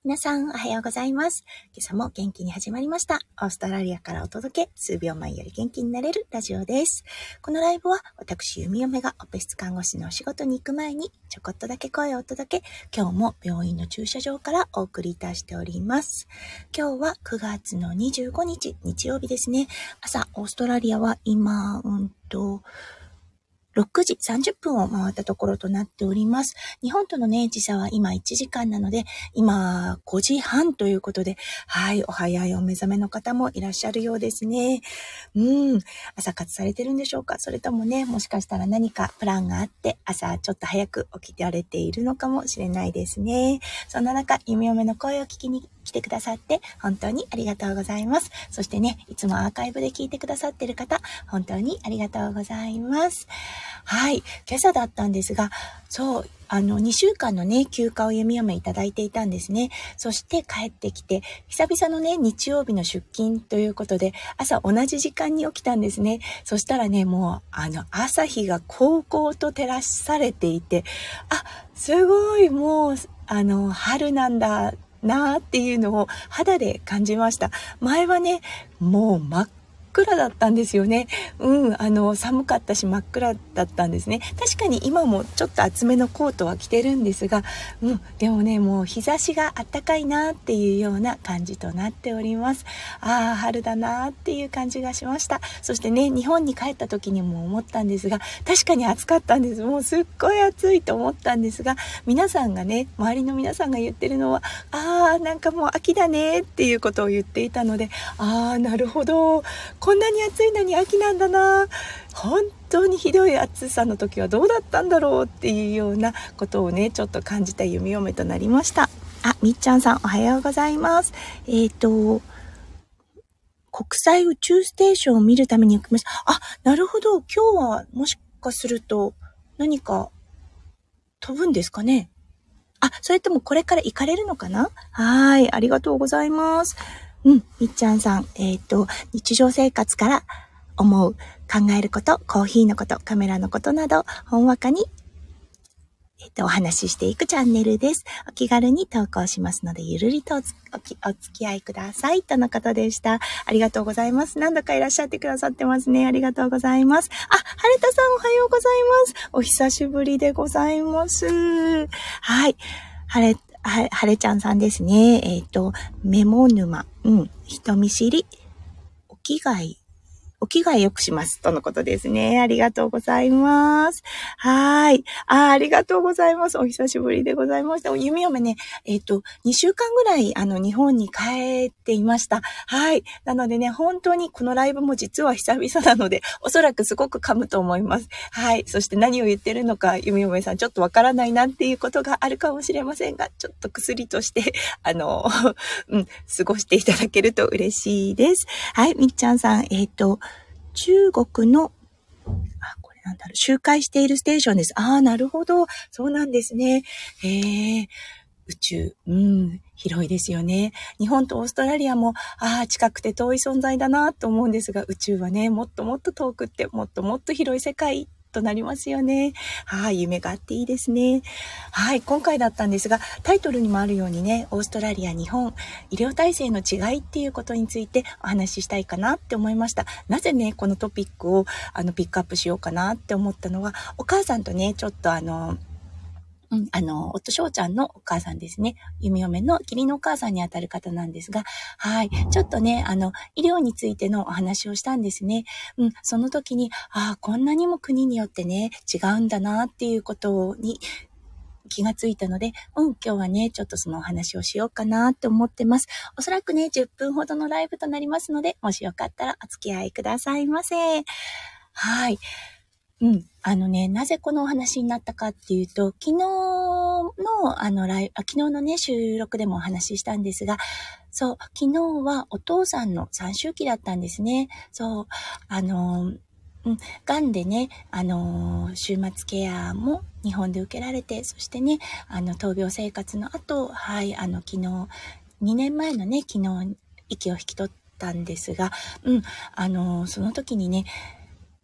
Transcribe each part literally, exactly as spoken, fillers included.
皆さんおはようございます。今朝も元気に始まりました。オーストラリアからお届け、数秒前より元気になれるラジオです。このライブは私、弓嫁がオペ室看護師のお仕事に行く前にちょこっとだけ声をお届け、今日も病院の駐車場からお送りいたしております。今日はくがつのにじゅうごにち、日曜日ですね。朝、オーストラリアは今、うんと、ろくじさんじゅっぷんを回ったところとなっております。日本とのね、時差は今いちじかんなので、今ごじはんということで、はい、お早いお目覚めの方もいらっしゃるようですね。うん、朝活されてるんでしょうか？それともね、もしかしたら何かプランがあって、朝ちょっと早く起きてられているのかもしれないですね。そんな中、弓嫁の声を聞きに来てくださって本当にありがとうございます。そしてね、いつもアーカイブで聞いてくださっている方、本当にありがとうございます。はい、今朝だったんですが、そう、あの、にしゅうかんのね、休暇を弓嫁いただいていたんですね。そして帰ってきて、久々のね、日曜日の出勤ということで、朝同じ時間に起きたんですね。そしたらね、もう、あの、朝日がこうこうと照らされていて、あ、すごい、もう、あの、春なんだなっていうのを肌で感じました。前はね、もう真っ暗だったんですよね。うん、あの寒かったし真っ暗だったんですね。確かに今もちょっと厚めのコートは着てるんですが、うん、でもね、もう日差しが暖かいなっていうような感じとなっております。ああ、春だなっていう感じがしました。そしてね、日本に帰った時にも思ったんですが、確かに暑かったんです。もうすっごい暑いと思ったんですが、皆さんがね、周りの皆さんが言ってるのは、ああ、なんかもう秋だねっていうことを言っていたので、ああ、なるほど。こんなに暑いのに秋なんだな。本当にひどい暑さの時はどうだったんだろうっていうようなことをね、ちょっと感じた弓嫁となりました。あ、みっちゃんさんおはようございます。えっと、国際宇宙ステーションを見るために行きました。あ、なるほど。今日はもしかすると何か飛ぶんですかね。あ、それともこれから行かれるのかな。はい、ありがとうございます。うん、みっちゃんさん、えっと、日常生活から思う、考えること、コーヒーのこと、カメラのことなど、ほんわかに、えっと、お話ししていくチャンネルです。お気軽に投稿しますので、ゆるりとおつおきお付き合いください。とのことでした。ありがとうございます。何度かいらっしゃってくださってますね。ありがとうございます。あ、はるたさんおはようございます。お久しぶりでございます。はい。はれ、は、はれちゃんさんですね。えっと、メモ沼、うん、人見知り、お着替え、お着替えよくします。とのことですね。ありがとうございます。はい。あ、ありがとうございます。お久しぶりでございました。弓嫁ね、えっと、にしゅうかんぐらい、あの、日本に帰っていました。はい。なのでね、本当にこのライブも実は久々なので、おそらくすごく噛むと思います。はい。そして何を言ってるのか、弓嫁さんちょっとわからないなっていうことがあるかもしれませんが、ちょっと薬として、あの、うん、過ごしていただけると嬉しいです。はい。みっちゃんさん、えっと、中国の、あ、これなんだろう、周回しているステーションです。ああ、なるほど。そうなんですね。へえ、宇宙、うん、広いですよね。日本とオーストラリアも、ああ、近くて遠い存在だなと思うんですが、宇宙はね、もっともっと遠くって、もっともっと広い世界となりますよね。はい、夢があっていいですね。はい、今回だったんですが、タイトルにもあるようにね、オーストラリア、日本、医療体制の違いっていうことについてお話ししたいかなって思いました。なぜね、このトピックをあのピックアップしようかなって思ったのは、お母さんとね、ちょっとあの、うん、あの、夫翔ちゃんのお母さんですね。弓嫁の義理のお母さんにあたる方なんですが、はい。ちょっとね、あの、医療についてのお話をしたんですね。うん、その時に、ああ、こんなにも国によってね、違うんだなっていうことに気がついたので、うん、今日はね、ちょっとそのお話をしようかなって思ってます。おそらくね、じゅっぷんほどのライブとなりますので、もしよかったらお付き合いくださいませ。はい。うん。あのね、なぜこのお話になったかっていうと、昨日の、あの、ライブ、あ、昨日のね、収録でもお話ししたんですが、そう、昨日はお父さんのさん周期だったんですね。そう、あの、うん、がんでね、あの、終末ケアも日本で受けられて、そしてね、あの、闘病生活の後、はい、あの、昨日、にねんまえのね、昨日、息を引き取ったんですが、うん、あの、その時にね、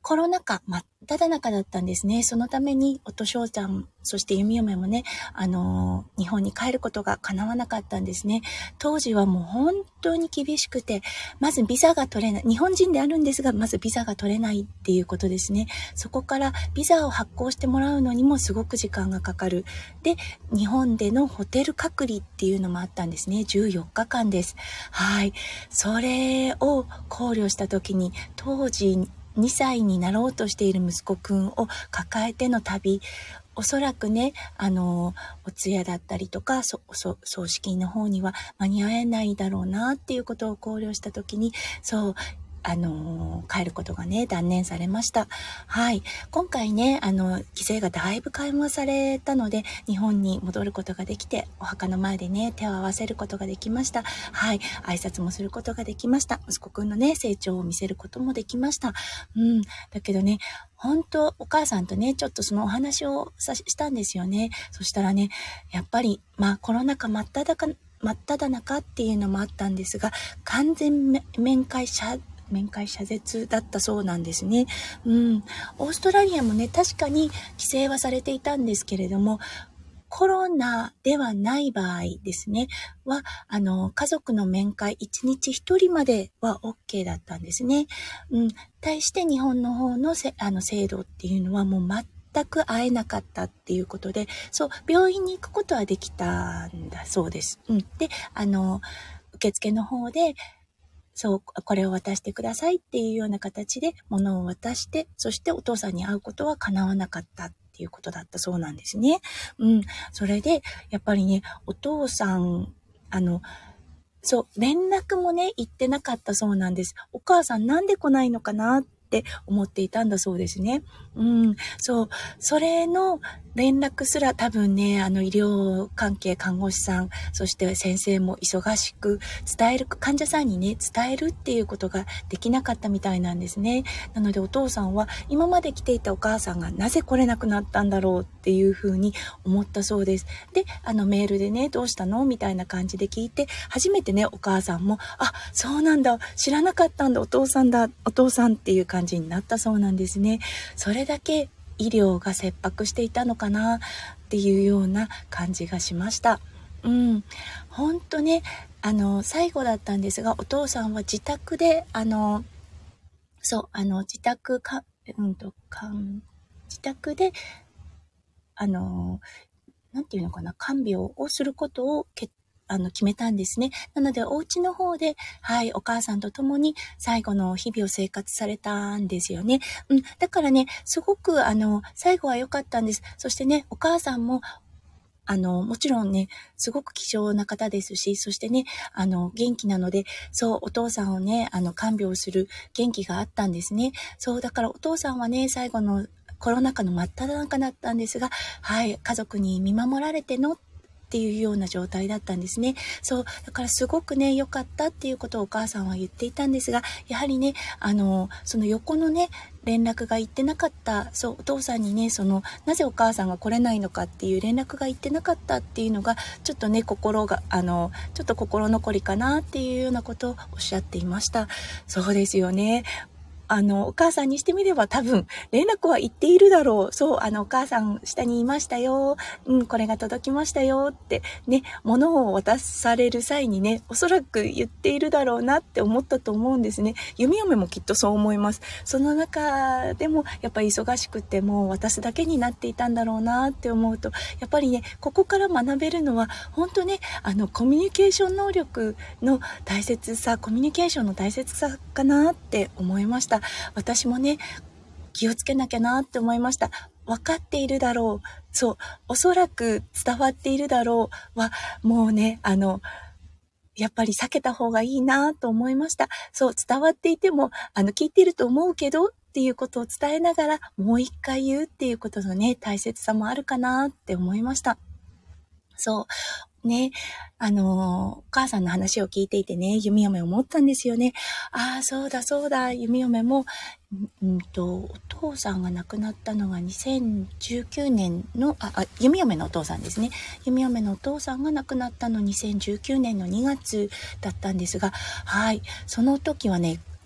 コロナ禍真っ只中だったんですね。そのために、夫翔ちゃん、そして弓嫁もね、あのー、日本に帰ることが叶わなかったんですね。当時はもう本当に厳しくて、まずビザが取れない。日本人であるんですが、まずビザが取れないっていうことですね。そこからビザを発行してもらうのにもすごく時間がかかる。で、日本でのホテル隔離っていうのもあったんですね。じゅうよっかかんです。はい。それを考慮したときに、当時、にさいになろうとしている息子くんを抱えての旅、おそらくね、あの、お通夜だったりとか、そ、そ、葬式の方には間に合えないだろうなっていうことを考慮したときに、そう、あの帰ることがね断念されました。はい、今回ねあの規制がだいぶ緩和されたので日本に戻ることができて、お墓の前でね手を合わせることができました。はい、挨拶もすることができました。息子くんのね成長を見せることもできました。うん、だけどね本当お母さんとねちょっとそのお話をさしたんですよね。そしたらねやっぱりまあコロナ禍真っ只中真っ只中っていうのもあったんですが、完全面会者面会謝絶だったそうなんですね。うん。オーストラリアもね、確かに規制はされていたんですけれども、コロナではない場合ですね、は、あの、家族の面会いちにちひとりまでは OK だったんですね。うん。対して日本の方のせあの制度っていうのはもう全く会えなかったっていうことで、そう、病院に行くことはできたんだそうです。うん。で、あの、受付の方で、そう、これを渡してくださいっていうような形で物を渡して、そしてお父さんに会うことは叶わなかったっていうことだったそうなんですね。うん。それで、やっぱりね、お父さん、あの、そう、連絡もね、行ってなかったそうなんです。お母さんなんで来ないのかなって思っていたんだそうですね。うん。そう、それの連絡すら多分ね、あの医療関係看護師さん、そして先生も忙しく伝える、患者さんにね、伝えるっていうことができなかったみたいなんですね。なのでお父さんは今まで来ていたお母さんがなぜ来れなくなったんだろうっていうふうに思ったそうです。で、あのメールでね、どうしたのみたいな感じで聞いて、初めてね、お母さんも、あ、そうなんだ、知らなかったんだ、お父さんだ、お父さんっていう感じになったそうなんですね。それだけ医療が切迫していたのかなっていうような感じがしました。うん、本当ね、あの最後だったんですが、お父さんは自宅であのそうあの自宅かうんとか自宅であのなんていうのかな看病をすることを決あの決めたんですね。なのでお家の方で、はい、お母さんと共に最後の日々を生活されたんですよね。うん、だからね、すごくあの最後は良かったんです。そしてね、お母さんもあのもちろんね、すごく希少な方ですし、そしてね、あの元気なので、そうお父さんをね、あの看病する元気があったんですね。そうだからお父さんはね、最後のコロナ禍の真っ只中だったんですが、はい、家族に見守られてのっていうような状態だったんですね。そうだからすごくね良かったっていうことをお母さんは言っていたんですが、やはりねあのその横のね連絡が行ってなかった、そうお父さんにねそのなぜお母さんが来れないのかっていう連絡が行ってなかったっていうのがちょっとね心があのちょっと心残りかなっていうようなことをおっしゃっていました。そうですよね。あの、お母さんにしてみれば多分、連絡は言っているだろう。そう、あの、お母さん下にいましたよ。うん、これが届きましたよって、ね、物を渡される際にね、おそらく言っているだろうなって思ったと思うんですね。弓嫁もきっとそう思います。その中でも、やっぱり忙しくてもう渡すだけになっていたんだろうなって思うと、やっぱりね、ここから学べるのは、本当ね、あの、コミュニケーション能力の大切さ、コミュニケーションの大切さかなって思いました。私もね気をつけなきゃなって思いました。分かっているだろう、そうおそらく伝わっているだろうはもうねあのやっぱり避けた方がいいなと思いました。そう伝わっていてもあの聞いていると思うけどっていうことを伝えながらもう一回言うっていうことのね大切さもあるかなって思いました。そうね、あのー、お母さんの話を聞いていてね、弓嫁思ったんですよね。ああ、そうだそうだ、弓嫁も、うんと、お父さんが亡くなったのがにせんじゅうきゅうねんの、あ、あ弓嫁のお父さんですね。弓嫁のお父さんが亡くなったのにせんじゅうきゅうねんのにがつだったんですが、はい、その時はね、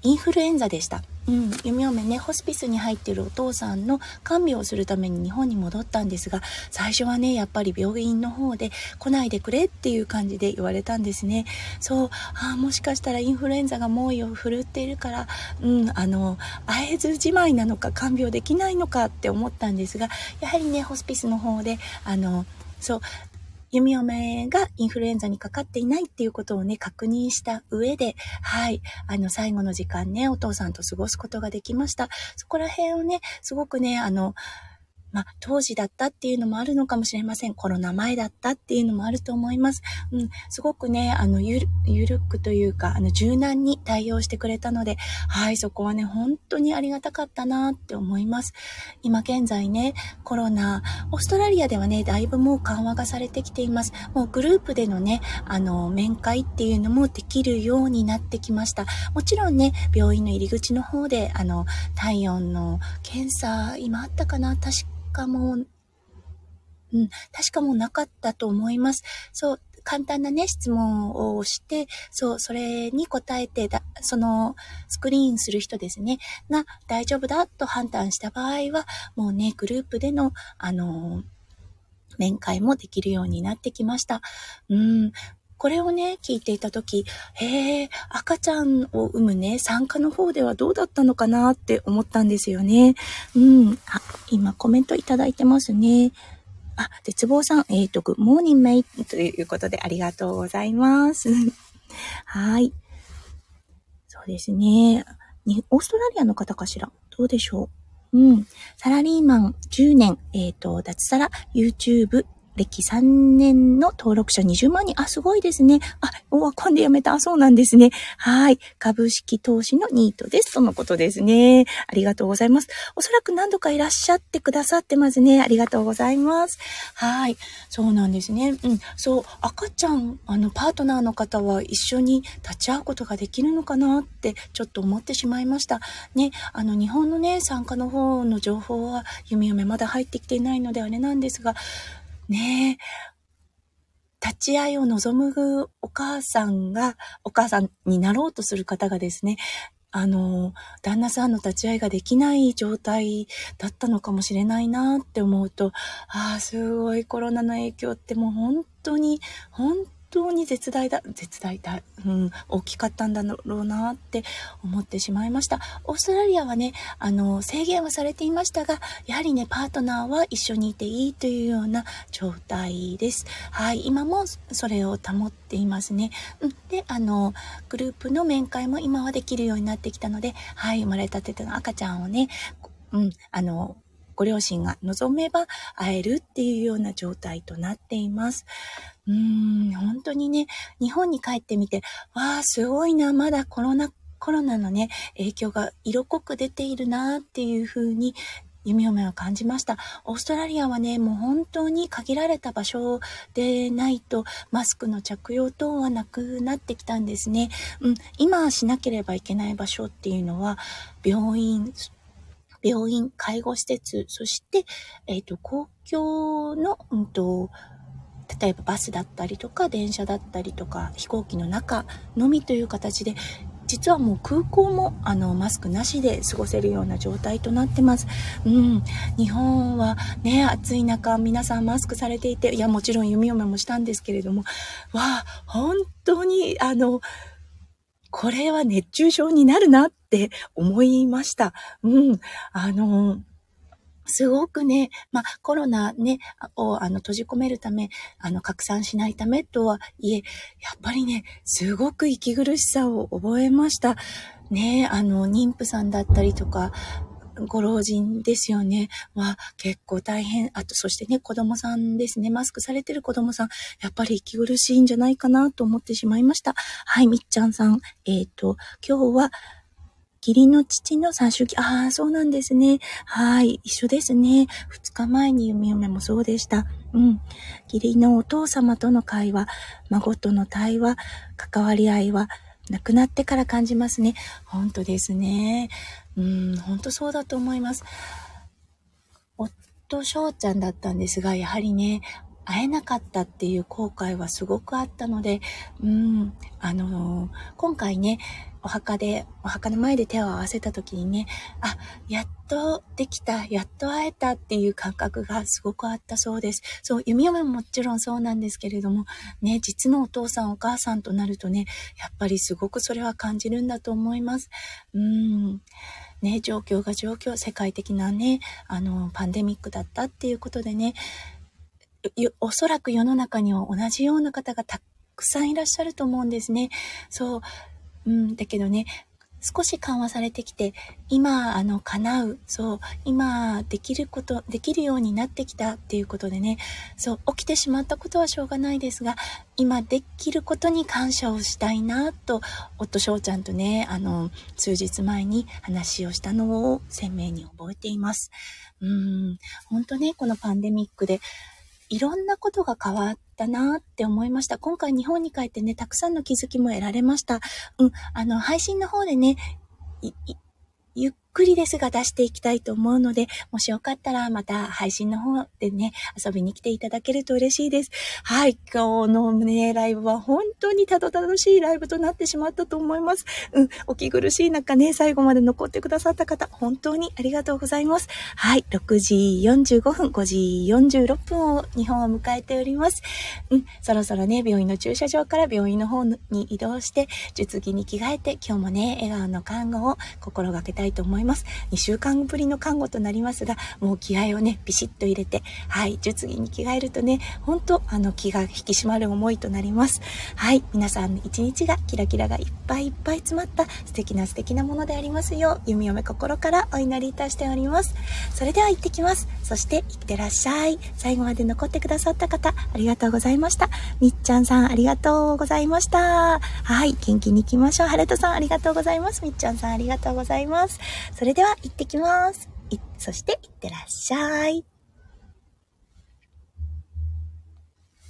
インフルエンザでした。うん、弓嫁ね、ホスピスに入っているお父さんの看病をするために日本に戻ったんですが、最初はね、やっぱり病院の方で来ないでくれっていう感じで言われたんですね。そう、あもしかしたらインフルエンザが猛威を振るっているから、うん、あの、会えずじまいなのか、看病できないのかって思ったんですが、やはりね、ホスピスの方で、あの、そう、弓嫁がインフルエンザにかかっていないっていうことをね、確認した上で、はい、あの、最後の時間ね、お父さんと過ごすことができました。そこら辺をね、すごくね、あの、まあ、当時だったっていうのもあるのかもしれません。コロナ前だったっていうのもあると思います。うん、すごくね、あの、ゆる、ゆるくというか、あの、柔軟に対応してくれたので、はい、そこはね、本当にありがたかったなって思います。今現在ね、コロナ、オーストラリアではね、だいぶもう緩和がされてきています。もうグループでのね、あの、面会っていうのもできるようになってきました。もちろんね、病院の入り口の方で、あの、体温の検査、今あったかな、確かかもう、うん、確かもうなかったと思います。そう、簡単なね、質問をして、そう、それに答えて、だその、スクリーンする人ですね、が大丈夫だと判断した場合は、もうね、グループでの、あの、面会もできるようになってきました。うん。これをね、聞いていたとき、へえ、赤ちゃんを産むね、産科の方ではどうだったのかなって思ったんですよね。うん。あ、今コメントいただいてますね。あ、絶望さん、えっと、グッモーニングメイということでありがとうございます。はい。そうですね。にオーストラリアの方かしら。どうでしょう。うん。サラリーマンじゅうねん、えっと、脱サラ、YouTube、歴さんねんの登録者にじゅうまんにん。あ、すごいですね。あ、オワコンでやめた。そうなんですね。はい。株式投資のニートです。とのことですね。ありがとうございます。おそらく何度かいらっしゃってくださってますね。ありがとうございます。はい。そうなんですね。うん。そう、赤ちゃん、あの、パートナーの方は一緒に立ち会うことができるのかなってちょっと思ってしまいました。ね、あの、日本のね、参加の方の情報は、弓嫁まだ入ってきていないのであれなんですが、ねえ、立ち会いを望むお母さんが、お母さんになろうとする方がですね、あの、旦那さんの立ち会いができない状態だったのかもしれないなって思うと、ああ、すごいコロナの影響ってもう本当に、本当に絶大だ、絶大だ、うん、大きかったんだろうなって思ってしまいました。オーストラリアはね、あの、制限はされていましたが、やはりね、パートナーは一緒にいていいというような状態です。はい、今もそれを保っていますね。うん、で、あの、グループの面会も今はできるようになってきたので、はい、生まれたての赤ちゃんをね、うん、あの、ご両親が望めば会えるっていうような状態となっています。うーん、本当にね、日本に帰ってみて、わあ、すごいな、まだコロナ、コロナのね、影響が色濃く出ているなっていう風に、弓嫁は感じました。オーストラリアはね、もう本当に限られた場所でないと、マスクの着用等はなくなってきたんですね。うん、今しなければいけない場所っていうのは、病院、病院、介護施設、そして、えっと、公共の、うんと、例えばバスだったりとか、電車だったりとか、飛行機の中のみという形で、実はもう空港もあのマスクなしで過ごせるような状態となってます。うん、日本はね、暑い中皆さんマスクされていて、いやもちろん弓嫁もしたんですけれども、わあ、本当にあの、これは熱中症になるなって思いました。うん、あの、すごくね、まあ、コロナね、を、あの、閉じ込めるため、あの、拡散しないためとはいえ、やっぱりね、すごく息苦しさを覚えました。ね、あの、妊婦さんだったりとか、ご老人ですよね。は、結構大変。あと、そしてね、子供さんですね。マスクされてる子供さん、やっぱり息苦しいんじゃないかなと思ってしまいました。はい、みっちゃんさん。えっと、今日は、義理の父の三周忌。ああ、そうなんですね。はい。一緒ですね。二日前に弓嫁もそうでした。うん。義理のお父様との会話、孫との対話、関わり合いは、亡くなってから感じますね。本当ですね。うん、本当そうだと思います。夫、翔ちゃんだったんですが、やはりね、 会えなかったっていう後悔はすごくあったので、うん、あのー、今回ね、お墓で、お墓の前で手を合わせた時にね、あ、やっとできた、やっと会えたっていう感覚がすごくあったそうです。そう、弓嫁ももちろんそうなんですけれども、ね、実のお父さんお母さんとなるとね、やっぱりすごくそれは感じるんだと思います。うん。ね、状況が状況、世界的なね、あの、パンデミックだったっていうことでね、おそらく世の中には同じような方がたくさんいらっしゃると思うんですね。そう。うん、だけどね、少し緩和されてきて、今、あの、叶う、そう、今、できること、できるようになってきたっていうことでね、そう、起きてしまったことはしょうがないですが、今できることに感謝をしたいな、と、夫翔ちゃんとね、あの、数日前に話をしたのを鮮明に覚えています。うん、本当ね、このパンデミックで、いろんなことが変わったなって思いました。今回日本に帰ってね、たくさんの気づきも得られました。うん、あの、配信の方でね、いいゆっくりですが出していきたいと思うので、もしよかったらまた配信の方でね、遊びに来ていただけると嬉しいです。はい、今日のね、ライブは本当にたどたどしいライブとなってしまったと思います。うん、お気苦しい中ね、最後まで残ってくださった方、本当にありがとうございます。はい、ろくじよんじゅうごふん、ごじよんじゅうろっぷんを、日本を迎えております。うん、そろそろね、病院の駐車場から病院の方に移動して、術着に着替えて、今日もね、笑顔の看護を心がけたいと思います。にしゅうかんぶりの看護となりますが、もう気合をね、ビシッと入れて、はい、術着に着替えるとね、本当あの気が引き締まる思いとなります。はい、皆さん一日がキラキラがいっぱいいっぱい詰まった素敵な素敵なものでありますよう、弓嫁心からお祈りいたしております。それでは行ってきます。そして行ってらっしゃい。最後まで残ってくださった方、ありがとうございました。みっちゃんさん、ありがとうございました。はい、元気に行きましょう。はれとさん、ありがとうございます。みっちゃんさん、ありがとうございます。それでは行ってきます。そして行ってらっしゃい。